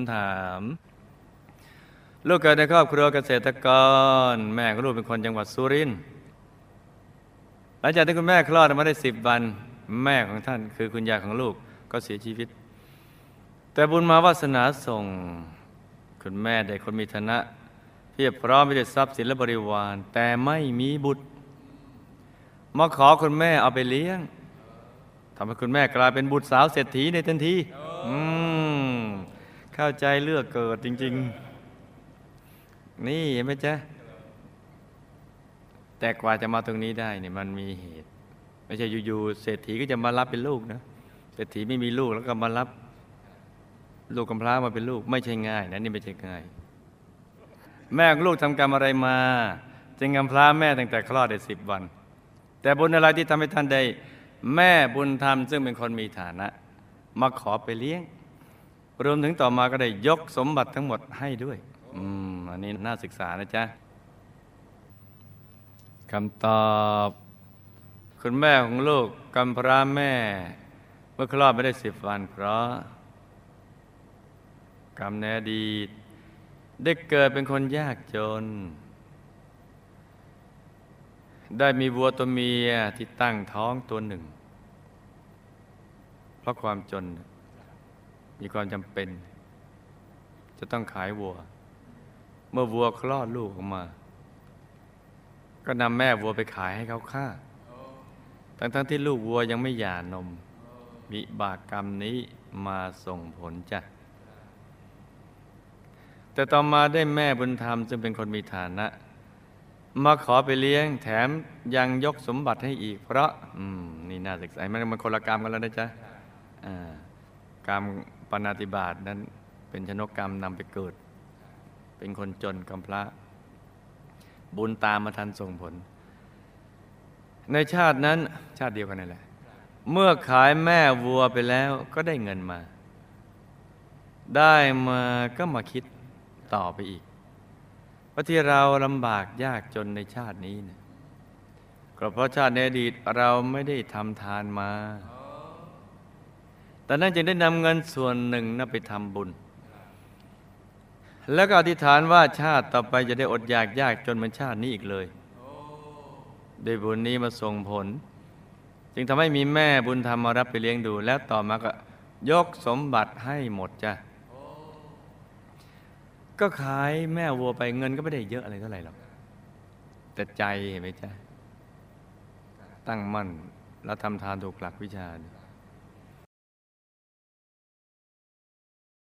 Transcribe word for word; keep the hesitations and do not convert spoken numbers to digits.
ำถามลูกเกิดในครอบครัวเกษตรกรแม่ของลูกเป็นคนจังหวัดสุรินทร์หลังจากที่คุณแม่คลอดมาได้สิบวันแม่ของท่านคือคุณยายของลูกก็เสียชีวิตแต่บุญมาวาสนาส่งคุณแม่ได้คนมีฐานะเพียบพร้อมไปด้วยทรัพย์สินและบริวารแต่ไม่มีบุตรมาขอคุณแม่เอาไปเลี้ยงทำให้คุณแม่กลายเป็นบุตรสาวเศรษฐีในทันทีอืมเข้าใจเลือกเกิดจริงๆนี่เห็นไหมจ๊ะแต่กว่าจะมาตรงนี้ได้เนี่ยมันมีเหตุไม่ใช่อยู่ๆเศรษฐีก็จะมารับเป็นลูกนะเศรษฐีไม่มีลูกแล้วก็มารับลูกกำพร้ามาเป็นลูกไม่ใช่ง่ายนะนี่ไม่ใช่ง่ายแม่ของลูกทำกรรมอะไรมาจึงกำพร้าแม่ตั้งแต่คลอดได้สิบวันแต่บุญอะไรที่ทำให้ท่านได้แม่บุญธรรมซึ่งเป็นคนมีฐานะมาขอไปเลี้ยงรวมถึงต่อมาก็ได้ยกสมบัติทั้งหมดให้ด้วยอืมอันนี้น่าศึกษานะจ๊ะคำตอบคุณแม่ของลูกกำพร้าแม่เมื่อคลอดไม่ได้สิบวันเพราะกรรมในอดีตได้เกิดเป็นคนยากจนได้มีวัวตัวเมียที่ตั้งท้องตัวหนึ่งเพราะความจนมีความจำเป็นจะต้องขายวัวเมื่อวัวคลอดลูกออกมาก็นำแม่วัวไปขายให้เขาฆ่าทั้งทั้งที่ลูกวัวยังไม่หย่านมวิบากกรรมนี้มาส่งผลจ้ะแต่ต่อมาได้แม่บุญธรรมซึ่งเป็นคนมีฐานะมาขอไปเลี้ยงแถมยังยกสมบัติให้อีกเพราะอืมนี่น่าศึกษามันมันคนละกรรมกันแล้วนะจ๊ะกรรมปณาติบาตนั้นเป็นชนกกรรมนำไปเกิดเป็นคนจนกำพร้าบุญตามมาทันส่งผลในชาตินั้นชาติเดียวกันนั่นแหละเมื่อขายแม่วัวไปแล้วก็ได้เงินมาได้มาก็มาคิดต่อไปอีกว่าที่เราลำบากยากจนในชาตินี้เนี่ยก็เพราะชาติในอดีตเราไม่ได้ทำทานมาแต่นั้นจึงได้นำเงินส่วนหนึ่งนั้นไปทำบุญแล้วก็อธิษฐานว่าชาติต่อไปจะได้อดอยากยากจนเหมือนชาตินี้อีกเลยด้วยบุญนี้มาส่งผลจึงทำให้มีแม่บุญธรรมมารับไปเลี้ยงดูแล้วต่อมาก็ยกสมบัติให้หมดจ้ะก็ขายแม่วัวไปเงินก็ไม่ได้เยอะอะไรเท่าไหร่หรอกแต่ใจเห็นไหมจ๊ะตั้งมั่นแล้วทำทานถูกหลักวิชา